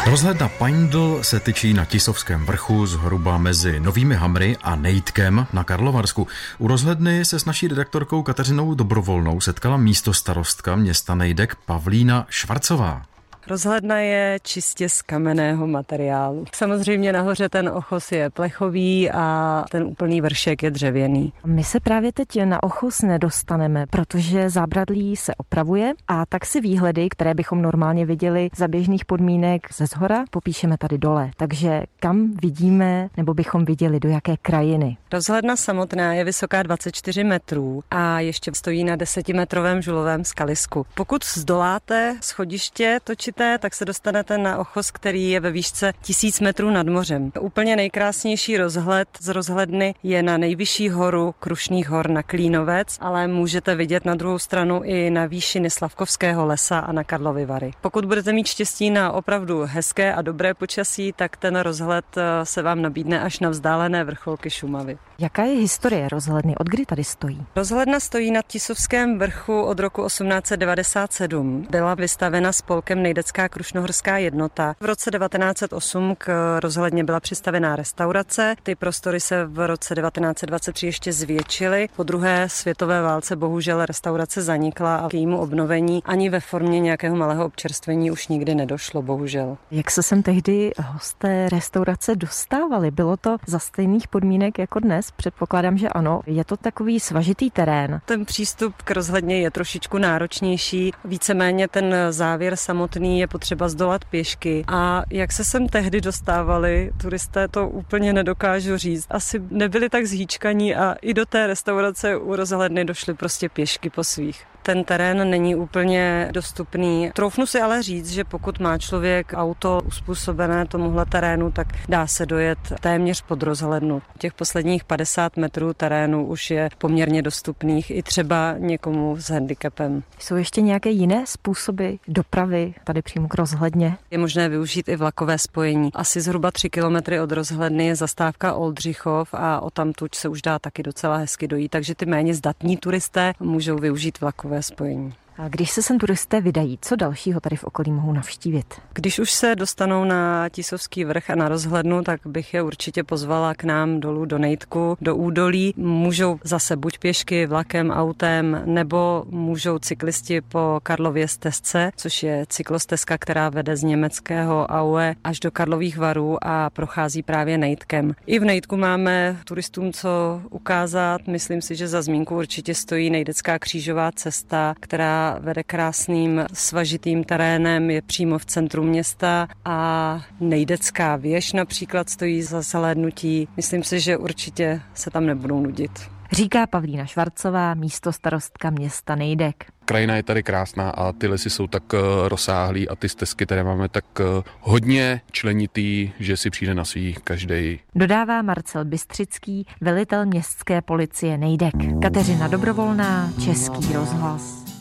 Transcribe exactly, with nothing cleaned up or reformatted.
Rozhledna Peindl se tyčí na Tisovském vrchu zhruba mezi Novými Hamry a Nejdkem na Karlovarsku. U rozhledny se s naší redaktorkou Kateřinou Dobrovolnou setkala místostarostka města Nejdek Pavlína Švarcová. Rozhledna je čistě z kamenného materiálu. Samozřejmě nahoře ten ochos je plechový a ten úplný vršek je dřevěný. My se právě teď na ochos nedostaneme, protože zábradlí se opravuje a tak si výhledy, které bychom normálně viděli za běžných podmínek ze zhora, popíšeme tady dole. Takže kam vidíme, nebo bychom viděli, do jaké krajiny? Rozhledna samotná je vysoká dvacet čtyři metrů a ještě stojí na desetimetrovém žulovém skalisku. Pokud zdoláte schodiště točit, tak se dostanete na ochos, který je ve výšce tisíc metrů nad mořem. Úplně nejkrásnější rozhled z rozhledny je na nejvyšší horu Krušných hor na Klínovec, ale můžete vidět na druhou stranu i na výšiny Slavkovského lesa a na Karlovy Vary. Pokud budete mít štěstí na opravdu hezké a dobré počasí, tak ten rozhled se vám nabídne až na vzdálené vrcholky Šumavy. Jaká je historie rozhledny? Od kdy tady stojí? Rozhledna stojí na Tisovském vrchu od roku osmnáct set devadesát sedm. Byla vystavena spolkem Nejdecká krušnohorská jednota. V roce devatenáct set osm k rozhledně byla přistavená restaurace. Ty prostory se v roce devatenáct set dvacet tři ještě zvětšily. Po druhé světové válce bohužel restaurace zanikla a k jejímu obnovení ani ve formě nějakého malého občerstvení už nikdy nedošlo, bohužel. Jak se sem tehdy hosté restaurace dostávali? Bylo to za stejných podmínek jako dnes? Předpokládám, že ano. Je to takový svažitý terén. Ten přístup k rozhledně je trošičku náročnější. Víceméně ten závěr samotný je potřeba zdolat pěšky. A jak se sem tehdy dostávali turisté, to úplně nedokážu říct. Asi nebyli tak zhýčkaní a i do té restaurace u rozhledny došli prostě pěšky po svých. Ten terén není úplně dostupný. Troufnu si ale říct, že pokud má člověk auto uspůsobené tomuhle terénu, tak dá se dojet téměř pod rozhlednu. Těch posledních padesát metrů terénu už je poměrně dostupných i třeba někomu s handicapem. Jsou ještě nějaké jiné způsoby dopravy tady přímo k rozhledně? Je možné využít i vlakové spojení. Asi zhruba tři kilometry od rozhledny je zastávka Oldřichov a odtamtud se už dá taky docela hezky dojít, takže ty méně zdatní turisté můžou využít vlakové spojení. A když se sem turisté vydají, co dalšího tady v okolí mohou navštívit? Když už se dostanou na Tisovský vrch a na rozhlednu, tak bych je určitě pozvala k nám dolů do Nejdku, do údolí. Můžou zase buď pěšky, vlakem, autem, nebo můžou cyklisti po Karlově stezce, což je cyklostezka, která vede z německého Aue až do Karlových Varů a prochází právě Nejdkem. I v Nejdku máme turistům co ukázat. Myslím si, že za zmínku určitě stojí Nejdecká křížová cesta, která vede krásným svažitým terénem, je přímo v centru města a Nejdecká věž například stojí za zahlédnutí. Myslím si, že určitě se tam nebudou nudit. Říká Pavlína Švarcová, místostarostka města Nejdek. Krajina je tady krásná a ty lesy jsou tak rozsáhlý a ty stezky, které máme tak hodně členitý, že si přijde na svý každej. Dodává Marcel Bystřický, velitel městské policie Nejdek. Kateřina Dobrovolná, Český rozhlas.